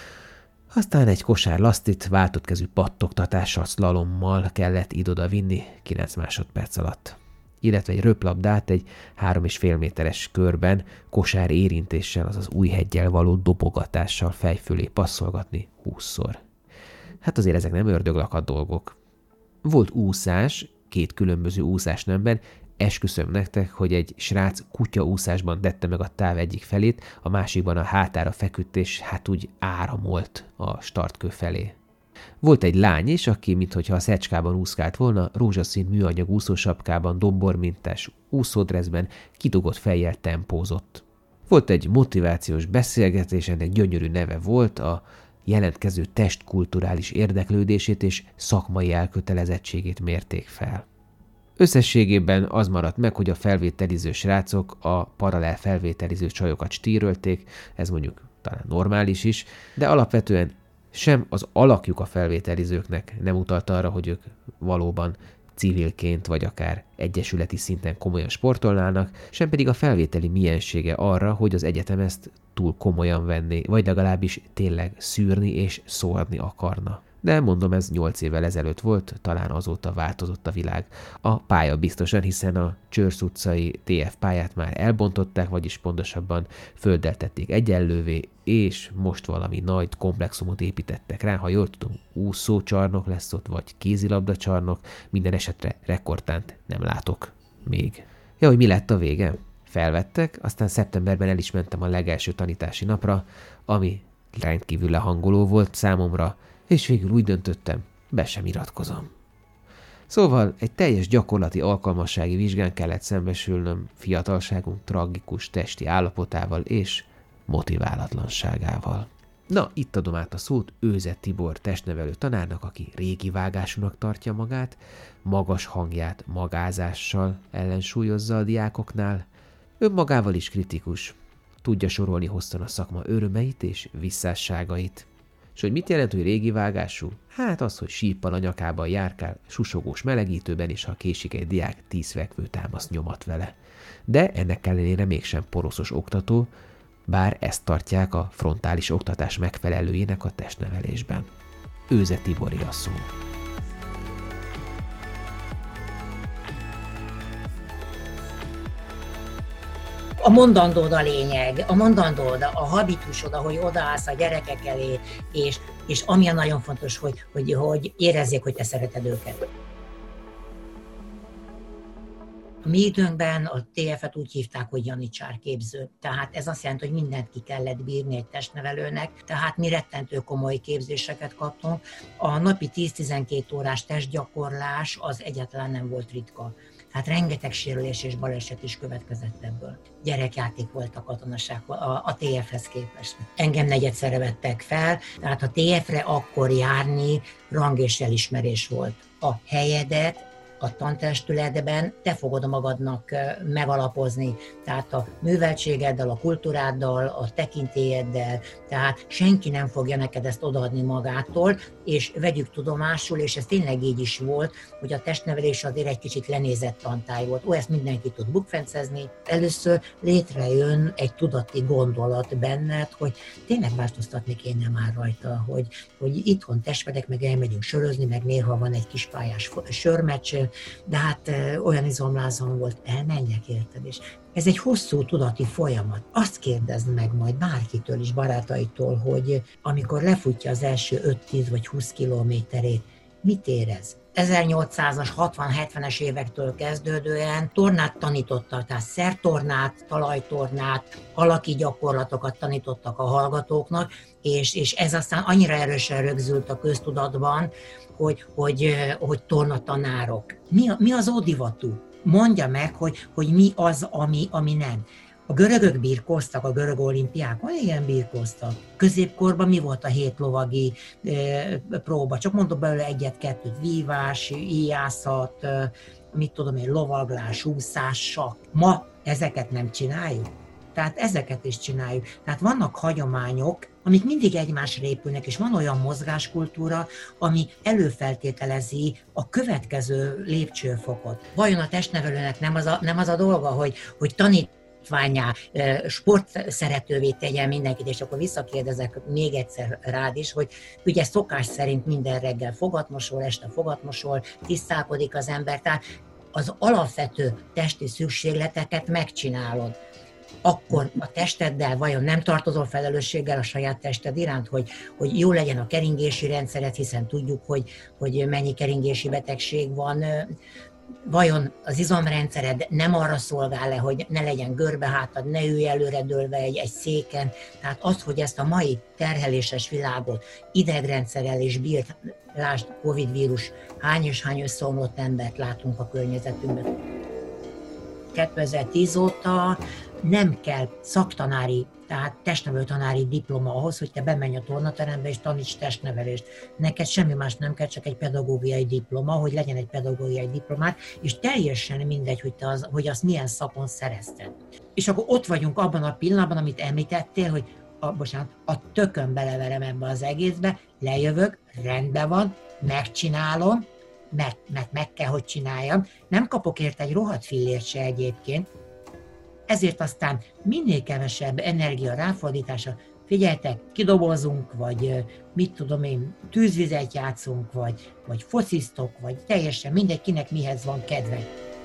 Aztán egy kosár lasztit váltott kezű pattogtatással, szlalommal kellett ide-oda vinni kilenc másodperc alatt. illetve egy röplabdát egy három és fél méteres körben kosár érintéssel, azaz újheggyel való dobogatással fej fölé passzolgatni húszszor. Hát azért ezek nem ördöglakat dolgok. Volt úszás, két különböző úszásnemben, esküszöm nektek, hogy egy srác kutyaúszásban tette meg a táv egyik felét, a másikban a hátára feküdt, és hát úgy áramolt a startkő felé. Volt egy lány is, aki, minthogyha a szecskában úszkált volna, rózsaszín műanyag úszósapkában, dombormintás úszódreszben kidugott fejjel tempózott. Volt egy motivációs beszélgetés, ennek gyönyörű neve volt, a jelentkező testkulturális érdeklődését és szakmai elkötelezettségét mérték fel. Összességében az maradt meg, hogy a felvételiző srácok a paralel felvételiző csajokat stírölték, ez mondjuk talán normális is, de alapvetően sem az alakjuk a felvételizőknek nem utalta arra, hogy ők valóban civilként vagy akár egyesületi szinten komolyan sportolnának, sem pedig a felvételi miensége arra, hogy az egyetem ezt túl komolyan venné, vagy legalábbis tényleg szűrni és szórni akarna. De mondom, ez nyolc évvel ezelőtt volt, talán azóta változott a világ. A pálya biztosan, hiszen a Csörsz utcai té ef pályát már elbontották, vagyis pontosabban földdel tették egyenlővé, és most valami nagy komplexumot építettek rá, ha jól tudom, úszócsarnok lesz ott, vagy kézilabdacsarnok, minden esetre rekordtánt nem látok még. Ja, hogy mi lett a vége? Felvettek, aztán szeptemberben el is mentem a legelső tanítási napra, ami rendkívül lehangoló volt számomra, és végül úgy döntöttem, be sem iratkozom. Szóval egy teljes gyakorlati alkalmassági vizsgán kellett szembesülnöm fiatalságunk tragikus testi állapotával és motiválatlanságával. Na, itt adom át a szót Őze Tibor testnevelő tanárnak, aki régi vágásúnak tartja magát, magas hangját magázással ellensúlyozza a diákoknál, önmagával is kritikus, tudja sorolni hosszan a szakma örömeit és visszásságait. És hogy mit jelent, hogy régi vágású? Hát az, hogy síppal a nyakában járkál, susogós melegítőben, és ha késik egy diák, tíz fekvő támaszt nyomat vele. De ennek ellenére mégsem poroszos oktató, bár ezt tartják a frontális oktatás megfelelőjének a testnevelésben. Őze Tibori a szó. A mondandód a lényeg, a mondandód, a habitusod, ahogy odaállsz a gyerekek elé, és, és ami nagyon fontos, hogy, hogy, hogy érezzék, hogy te szereted őket. A mi időnkben a té ef-et úgy hívták, hogy janicsárképző. Tehát ez azt jelenti, hogy mindent ki kellett bírni egy testnevelőnek, tehát mi rettentő komoly képzéseket kaptunk. A napi tíz-tizenkét órás testgyakorlás az egyáltalán nem volt ritka. Hát rengeteg sérülés és baleset is következett ebből. Gyerekjáték volt a katonaság a, a té ef-hez képest. Engem negyedszerre vettek fel, tehát a té ef-re akkor járni rang és elismerés volt. A helyedet a tantestületben te fogod magadnak megalapozni, tehát a műveltségeddel, a kultúráddal, a tekintélyeddel, tehát senki nem fogja neked ezt odaadni magától, és vegyük tudomásul, és ez tényleg így is volt, hogy a testnevelés azért egy kicsit lenézett tantály volt. Ó, ezt mindenki tud bukfencezni. Először létrejön egy tudati gondolat benned, hogy tényleg változtatni kéne már rajta, hogy, hogy itthon testvedek, meg elmegyünk sörözni, meg néha van egy kis pályás sörmeccs, de hát olyan izomlázom volt, elmenjek, érted? És ez egy hosszú tudati folyamat. Azt kérdezd meg majd bárkitől is, barátaitól, hogy amikor lefutja az első öt-tíz vagy húsz kilométerét, mit érez? ezernyolcszázas, hatvan-hetvenes évektől kezdődően tornát tanítottak, tehát szertornát, talajtornát, alaki gyakorlatokat tanítottak a hallgatóknak, és, és ez aztán annyira erősen rögzült a köztudatban, hogy, hogy, hogy tornatanárok. Mi, mi az ódivatú? Mondja meg, hogy, hogy mi az, ami, ami nem. A görögök birkóztak, a görög olimpiákon, igen, birkóztak. Középkorban mi volt a hét lovagi e, próba? Csak mondok belőle egyet-kettőt, vívás, íjászat, e, mit tudom én, lovaglás, úszás, sakk. Ma ezeket nem csináljuk. Tehát ezeket is csináljuk. Tehát vannak hagyományok, amik mindig egymásra épülnek, és van olyan mozgáskultúra, ami előfeltételezi a következő lépcsőfokot. Vajon a testnevelőnek nem az a, nem az a dolga, hogy, hogy tanít, sportszeretővé tegyen mindenkit, és akkor visszakérdezek még egyszer rád is, hogy ugye szokás szerint minden reggel fogatmosol, este fogatmosol, tisztálkodik az ember, tehát az alapvető testi szükségleteket megcsinálod, akkor a testeddel vajon nem tartozol felelősséggel a saját tested iránt, hogy, hogy jó legyen a keringési rendszeret, hiszen tudjuk, hogy, hogy mennyi keringési betegség van, vajon az izomrendszered nem arra szolgál-e, hogy ne legyen görbehátad, ne ülj előre dőlve egy, egy széken. Tehát az, hogy ezt a mai terheléses világot idegrendszerrel is bírt, lásd, Covid vírus, hány és hány összeomlott embert látunk a környezetünkben. kétezer-tíz óta nem kell szaktanári, tehát testnevelő tanári diploma ahhoz, hogy te bemenj a tornaterembe és taníts testnevelést. Neked semmi más nem kell, csak egy pedagógiai diploma, hogy legyen egy pedagógiai diplomát, és teljesen mindegy, hogy, te az, hogy azt milyen szakon szerezted. És akkor ott vagyunk abban a pillanatban, amit említettél, hogy a, bocsánat, a tökön beleverem ebbe az egészbe, lejövök, rendben van, megcsinálom, mert, mert meg kell, hogy csináljam. Nem kapok érte egy rohadt fillért se egyébként, ezért aztán minél kevesebb energia ráfordítása, figyeljetek, kidobozunk, vagy mit tudom én, tűzvizet játszunk, vagy, vagy fociztok, vagy teljesen mindegy, kinek mihez van kedve.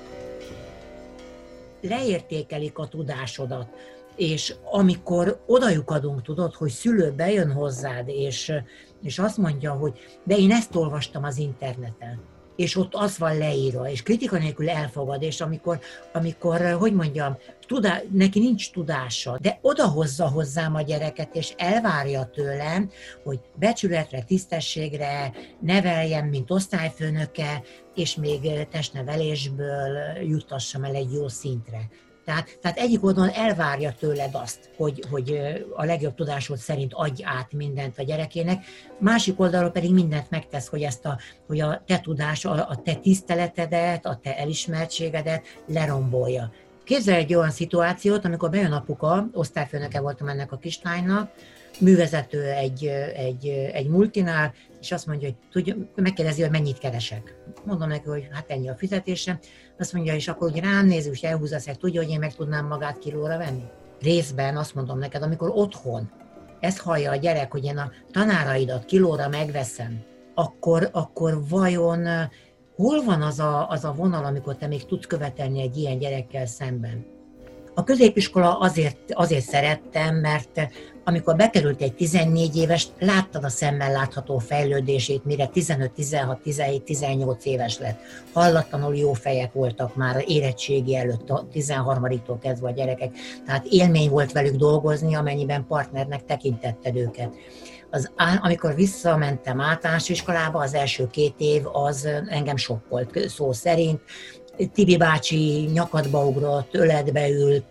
Leértékelik a tudásodat, és amikor odajuk adunk, tudod, hogy szülő bejön hozzád, és, és azt mondja, hogy de én ezt olvastam az interneten, és ott az van leírva, és kritika nélkül elfogad, és amikor, amikor hogy mondjam, tudá, neki nincs tudása, de odahozza hozzám a gyereket, és elvárja tőlem, hogy becsületre, tisztességre neveljem, mint osztályfőnöke, és még testnevelésből juttassam el egy jó szintre. Tehát, tehát egyik oldalon elvárja tőled azt, hogy, hogy a legjobb tudásod szerint adj át mindent a gyerekének, másik oldalon pedig mindent megtesz, hogy, ezt a, hogy a te tudás, a, a te tiszteletedet, a te elismertségedet lerombolja. Képzelj egy olyan szituációt, amikor bejön apuka, osztályfőnöke voltam ennek a kislánynak, művezető egy, egy, egy multinál, és azt mondja, hogy tudja, megkérdezi, hogy mennyit keresek. Mondom neki, hogy hát ennyi a fizetésem. Azt mondja, és akkor úgy rám néz, és elhúzza a szeg, tudja, hogy én meg tudnám magát kilóra venni? Részben azt mondom neked, amikor otthon ezt hallja a gyerek, hogy én a tanáraidat kilóra megveszem, akkor, akkor vajon hol van az a, az a vonal, amikor te még tudsz követelni egy ilyen gyerekkel szemben? A középiskola azért, azért szerettem, mert amikor bekerült egy tizennégy éves, láttad a szemmel látható fejlődését, mire tizenöt, tizenhat, tizenhét, tizennyolc éves lett. Hallatlanul jó fejek voltak már érettségi előtt, a tizenharmadiktól kezdve a gyerekek. Tehát élmény volt velük dolgozni, amennyiben partnernek tekintetted őket. Az, amikor visszamentem általános iskolába, az első két év az engem sokkolt szó szerint. Tibi bácsi nyakadba ugrott, öletbe ült,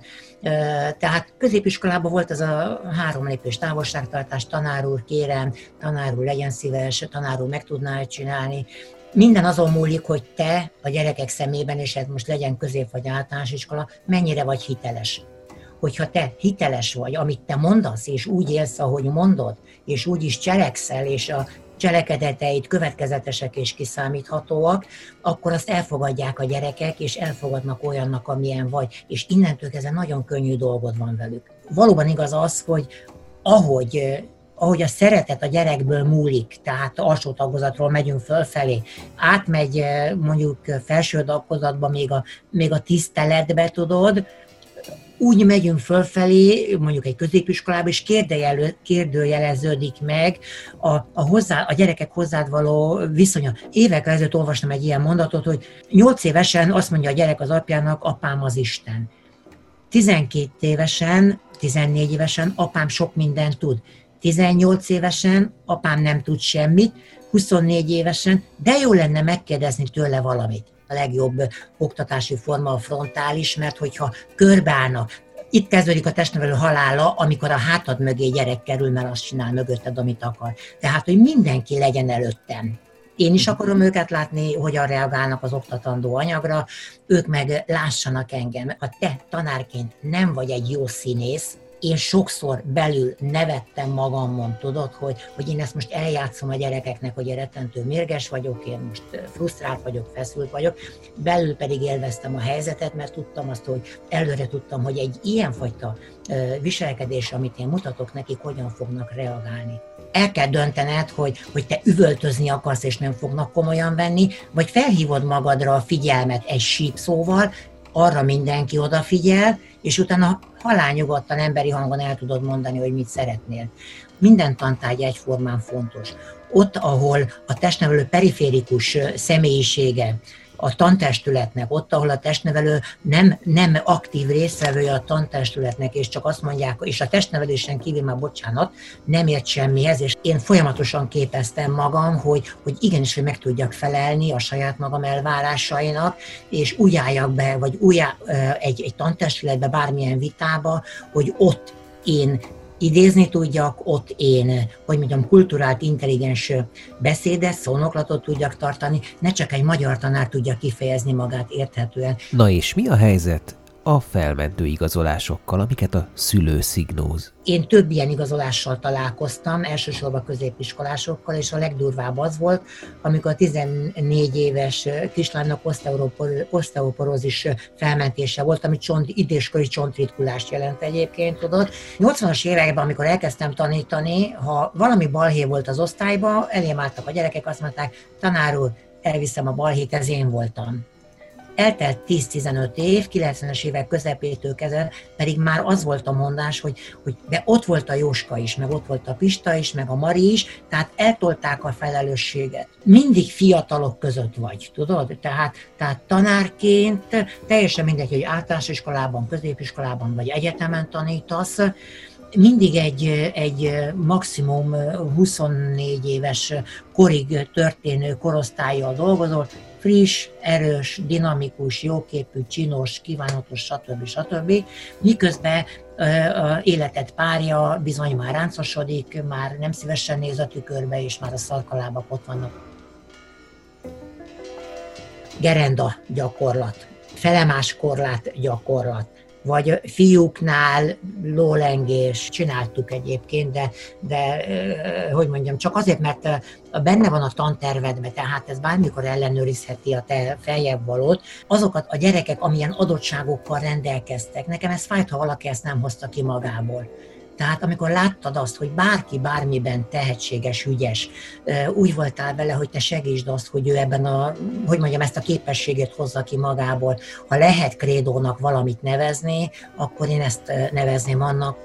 tehát középiskolában volt az a három lépés távolságtartás, tanár úr kérem, tanár úr legyen szíves, tanár úr meg tudná csinálni. Minden azon múlik, hogy te a gyerekek szemében, és ez most legyen közép vagy általános iskola, mennyire vagy hiteles. Hogyha te hiteles vagy, amit te mondasz, és úgy élsz, ahogy mondod, és úgy is cselekszel, és a cselekedeteid következetesek és kiszámíthatóak, akkor azt elfogadják a gyerekek, és elfogadnak olyannak, amilyen vagy, és innentől kezdve nagyon könnyű dolgod van velük. Valóban igaz az, hogy ahogy, ahogy a szeretet a gyerekből múlik, tehát alsó tagozatról megyünk fölfelé, átmegy mondjuk felső tagozatba, még a, még a tiszteletbe, tudod, úgy megyünk fölfelé, mondjuk egy középiskolába, és kérdőjeleződik meg a, a, hozzá, a gyerekek hozzád való viszonya. Évekkel ezelőtt olvastam egy ilyen mondatot, hogy nyolc évesen azt mondja a gyerek az apjának, apám az Isten. tizenkét évesen, tizennégy évesen apám sok mindent tud. tizennyolc évesen apám nem tud semmit, huszonnégy évesen, de jó lenne megkérdezni tőle valamit. A legjobb oktatási forma a frontális, mert hogyha körbeállnak, itt kezdődik a testnevelő halála, amikor a hátad mögé gyerek kerül, mert azt csinál mögötted, amit akar. Tehát, hogy mindenki legyen előttem. Én is akarom őket látni, hogyan reagálnak az oktatandó anyagra, ők meg lássanak engem. Ha te tanárként nem vagy egy jó színész, én sokszor belül nevettem magamon, tudod, hogy, hogy én ezt most eljátszom a gyerekeknek, hogy én rettentő mérges vagyok, én most frusztrált vagyok, feszült vagyok, belül pedig élveztem a helyzetet, mert tudtam azt, hogy előre tudtam, hogy egy ilyenfajta viselkedés, amit én mutatok nekik, hogyan fognak reagálni. el kell döntened, hogy, hogy te üvöltözni akarsz, és nem fognak komolyan venni, vagy felhívod magadra a figyelmet egy sípszóval, arra mindenki odafigyel, és utána halálnyugodtan emberi hangon el tudod mondani, hogy mit szeretnél. Minden tantárgy egyformán fontos. Ott, ahol a testnevelő periférikus személyisége a tantestületnek, ott, ahol a testnevelő nem, nem aktív résztvevője a tantestületnek, és csak azt mondják, és a testnevelésen kívül már bocsánat, nem ért semmihez, és én folyamatosan képeztem magam, hogy, hogy igenis, hogy meg tudjak felelni a saját magam elvárásainak, és úgy álljak be, vagy úgy egy, egy tantestületbe, bármilyen vitába, hogy ott én idézni tudjak, ott én, hogy mondjam, kulturált, intelligens beszédet, szónoklatot tudjak tartani, ne csak egy magyar tanár tudja kifejezni magát érthetően. Na és mi a helyzet a felmentő igazolásokkal, amiket a szülő szignóz? Én több ilyen igazolással találkoztam, elsősorban középiskolásokkal, és a legdurvább az volt, amikor a tizennégy éves kislánynak oszteoporózis felmentése volt, ami csont, időskori csontritkulást jelent egyébként, tudod. nyolcvanas években, amikor elkezdtem tanítani, ha valami balhé volt az osztályban, elém álltak a gyerekek, azt mondták, tanár úr, elviszem a balhét, ez én voltam. Eltelt tíz-tizenöt év, kilencvenes évek közepétől kezdve, pedig már az volt a mondás, hogy, hogy de ott volt a Jóska is, meg ott volt a Pista is, meg a Mari is, tehát eltolták a felelősséget. Mindig fiatalok között vagy, tudod? Tehát, tehát tanárként teljesen mindegy, hogy általános iskolában, középiskolában vagy egyetemen tanítasz, mindig egy, egy maximum huszonnégy éves korig történő korosztállyal dolgozol, friss, erős, dinamikus, jóképű, csinos, kívánatos, stb. stb. Miközben az életed párja bizony már ráncosodik, már nem szívesen néz a tükörbe, és már a szarkalábak ott vannak. Gerenda gyakorlat, felemás korlát gyakorlat, vagy fiúknál lólengés, csináltuk egyébként, de, de hogy mondjam, csak azért, mert benne van a tantervedben, tehát ez bármikor ellenőrizheti a te feljebb valót, azokat a gyerekek, amilyen adottságokkal rendelkeztek. Nekem ez fájt, ha valaki ezt nem hozta ki magából. Tehát amikor láttad azt, hogy bárki bármiben tehetséges, ügyes, úgy voltál vele, hogy te segítsd azt, hogy ő ebben a, hogy mondjam, ezt a képességét hozza ki magából. Ha lehet krédónak valamit nevezni, akkor én ezt nevezném annak.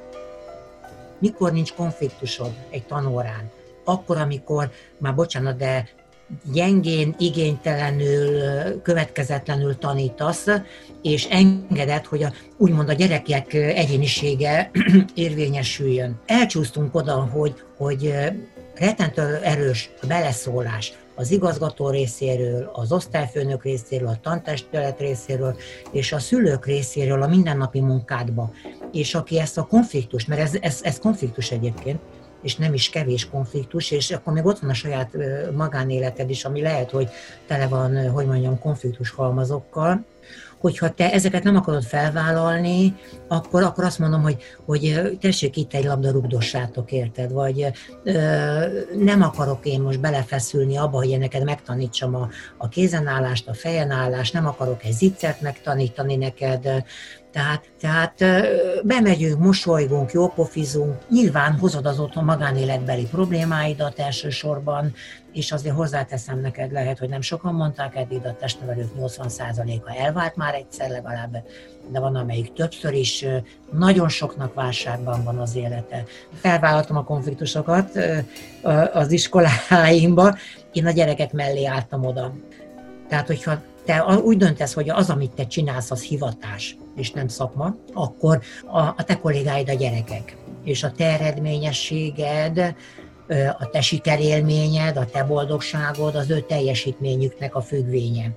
Mikor nincs konfliktusod egy tanórán? Akkor, amikor, már bocsánat, de gyengén, igénytelenül, következetlenül tanítasz, és engeded, hogy a, úgymond a gyerekek egyénisége érvényesüljön. Elcsúsztunk oda, hogy, hogy rettentő erős a beleszólás az igazgató részéről, az osztályfőnök részéről, a tantestület részéről, és a szülők részéről a mindennapi munkádba. És aki ezt a konfliktust, mert ez, ez, ez konfliktus egyébként, és nem is kevés konfliktus, és akkor még ott van a saját magánéleted is, ami lehet, hogy tele van, hogy mondjam, konfliktus halmazokkal. Hogyha te ezeket nem akarod felvállalni, akkor, akkor azt mondom, hogy, hogy tessék itt egy labda, rugdossátok, érted? Vagy ö, nem akarok én most belefeszülni abba, hogy én neked megtanítsam a, a kézenállást, a fejenállást, nem akarok egy ziccert megtanítani neked. Tehát, tehát bemegyünk, mosolygunk, jópofizunk, nyilván hozod az otthon magánéletbeli problémáidat elsősorban, és azért hozzáteszem neked, lehet, hogy nem sokan mondták eddig, a testnevelők nyolcvan százaléka elvált már egyszer legalább, de van amelyik többször is, nagyon soknak válságban van az élete. Felvállaltam a konfliktusokat az iskoláimba, én a gyerekek mellé álltam oda. Tehát, hogyha te úgy döntesz, hogy az, amit te csinálsz, az hivatás, és nem szakma, akkor a, a te kollégáid a gyerekek. És a te eredményességed, a te sikerélményed, a te boldogságod, az ő teljesítményüknek a függvénye.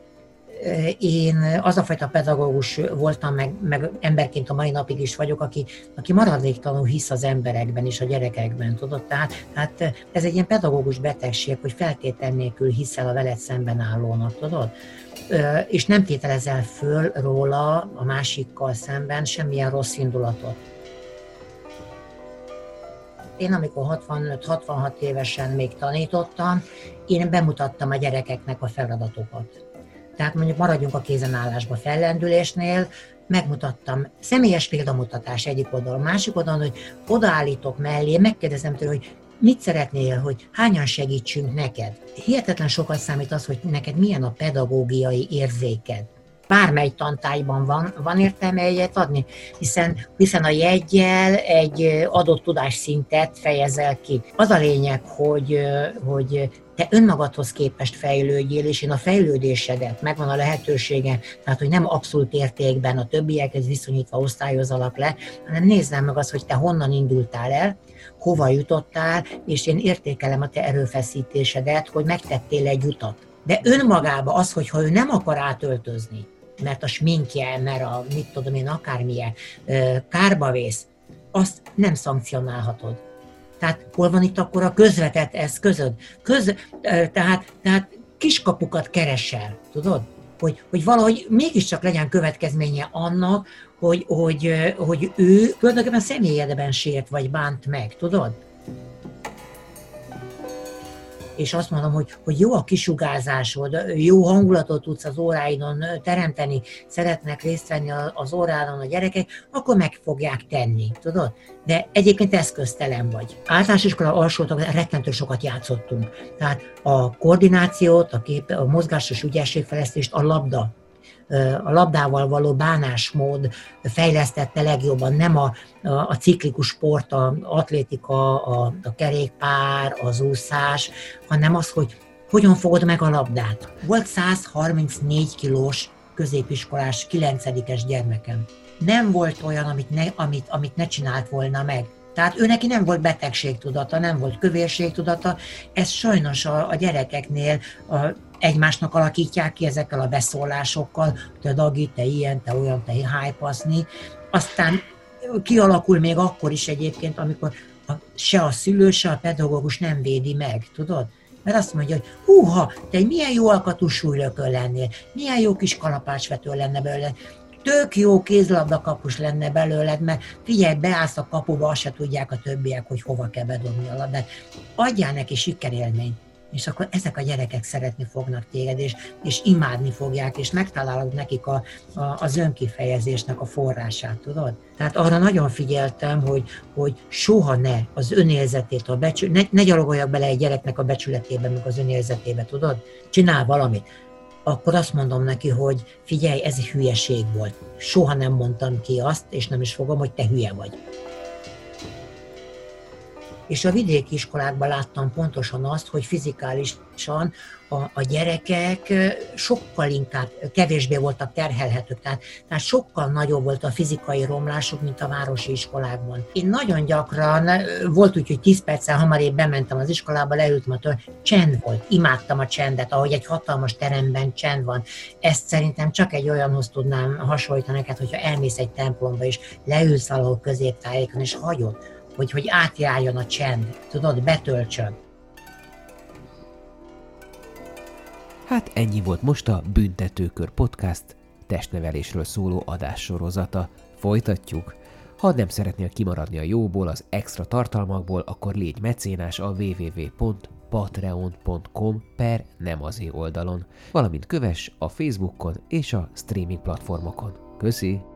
Én az a fajta pedagógus voltam, meg, meg emberként a mai napig is vagyok, aki, aki maradéktalanul hisz az emberekben és a gyerekekben, tudod? Tehát, tehát ez egy ilyen pedagógus betegség, hogy feltétel nélkül hiszel a veled szemben állónak, tudod? És nem tételezel föl róla a másikkal szemben semmilyen rossz indulatot. Én amikor hatvanöt-hatvanhat évesen még tanítottam, én bemutattam a gyerekeknek a feladatokat. Tehát mondjuk maradjunk a kézenállásba, fellendülésnél, megmutattam, személyes példamutatás egyik oldalon, másik oldalon, hogy odaállítok mellé, megkérdezem tőle, hogy mit szeretnél, hogy hányan segítsünk neked? Hihetetlen sokat számít az, hogy neked milyen a pedagógiai érzéked. Bármely tantárgyban van, van értelme egyet adni, hiszen, hiszen a jeggyel egy adott tudásszintet fejezel ki. Az a lényeg, hogy, hogy te önmagadhoz képest fejlődjél, és én a fejlődésedet, megvan a lehetősége, tehát hogy nem abszolút értékben a többiekhez viszonyítva osztályozalak le, hanem nézzem meg azt, hogy te honnan indultál el, hova jutottál, és én értékelem a te erőfeszítésedet, hogy megtettél egy utat. De önmagában az, hogyha ő nem akar átöltözni, mert a sminkje, mert a mit tudom én, akármilyen kárba vész, azt nem szankcionálhatod. Tehát hol van itt akkor a közvetett eszközöd? Köz, tehát, tehát kiskapukat keresel, tudod? Hogy, hogy valahogy mégiscsak legyen következménye annak, hogy, hogy, hogy ő tulajdonképpen személyedben sért vagy bánt meg, tudod? És azt mondom, hogy, hogy jó a kisugárzásod, jó hangulatot tudsz az óráidon teremteni, szeretnek részt venni az órádon a gyerekek, akkor meg fogják tenni, tudod? De egyébként eszköztelen vagy. Általános iskola alsótagban rettentő sokat játszottunk. Tehát a koordinációt, a, kép, a mozgásos ügyességfejlesztést, a labda, a labdával való bánásmód fejlesztette legjobban, nem a, a, a ciklikus sport, az atlétika, a, a kerékpár, az úszás, hanem az, hogy hogyan fogod meg a labdát. Volt száz harmincnégy kilós középiskolás kilencedikes gyermekem. Nem volt olyan, amit ne, amit, amit ne csinált volna meg. Tehát ő neki nem volt betegségtudata, nem volt kövérségtudata, ez sajnos a, a gyerekeknél a, egymásnak alakítják ki ezekkel a beszólásokkal, te Dagi, te ilyen, te olyan, te hájpaszni. Aztán kialakul még akkor is egyébként, amikor a, se a szülő, se a pedagógus nem védi meg, tudod? Mert azt mondja, hogy húha, te milyen jó alkatú súlylökön lennél, milyen jó kis kalapácsvető lenne belőle. Tök jó kézlabdakapus lenne belőled, mert figyelj, beállsz a kapuba, azt se tudják a többiek, hogy hova kell bedobni a labdát. Adjál neki sikerélményt, és akkor ezek a gyerekek szeretni fognak téged, és, és imádni fogják, és megtalálod nekik a, a, az önkifejezésnek a forrását, tudod? Tehát arra nagyon figyeltem, hogy, hogy soha ne az önérzetét, a becsül, ne, ne gyalogoljak bele egy gyereknek a becsületébe, meg az önérzetébe, tudod? Csinál valamit. Akkor azt mondom neki, hogy figyelj, ez egy hülyeség volt. Soha nem mondtam ki azt, és nem is fogom, hogy te hülye vagy. És a vidéki iskolákban láttam pontosan azt, hogy fizikálisan a, a gyerekek sokkal inkább, kevésbé voltak terhelhetők, tehát, tehát sokkal nagyobb volt a fizikai romlásuk, mint a városi iskolákban. Én nagyon gyakran, volt úgy, hogy tíz perccel hamarébb bementem az iskolába, leültem a től, csend volt, imádtam a csendet, ahogy egy hatalmas teremben csend van. Ezt szerintem csak egy olyanhoz tudnám hasonlítani neked, hogyha elmész egy templomba, és leülsz valahol középtájékon, és hagyod, hogy, hogy átjárjon a csend, tudod, betöltsön. Hát ennyi volt most a Büntetőkör Podcast testnevelésről szóló adássorozata. Folytatjuk. Ha nem szeretnél kimaradni a jóból, az extra tartalmakból, akkor légy mecénás a double-u double-u double-u pont patreon pont com per nem azé oldalon, valamint kövess a Facebookon és a streaming platformokon. Köszi!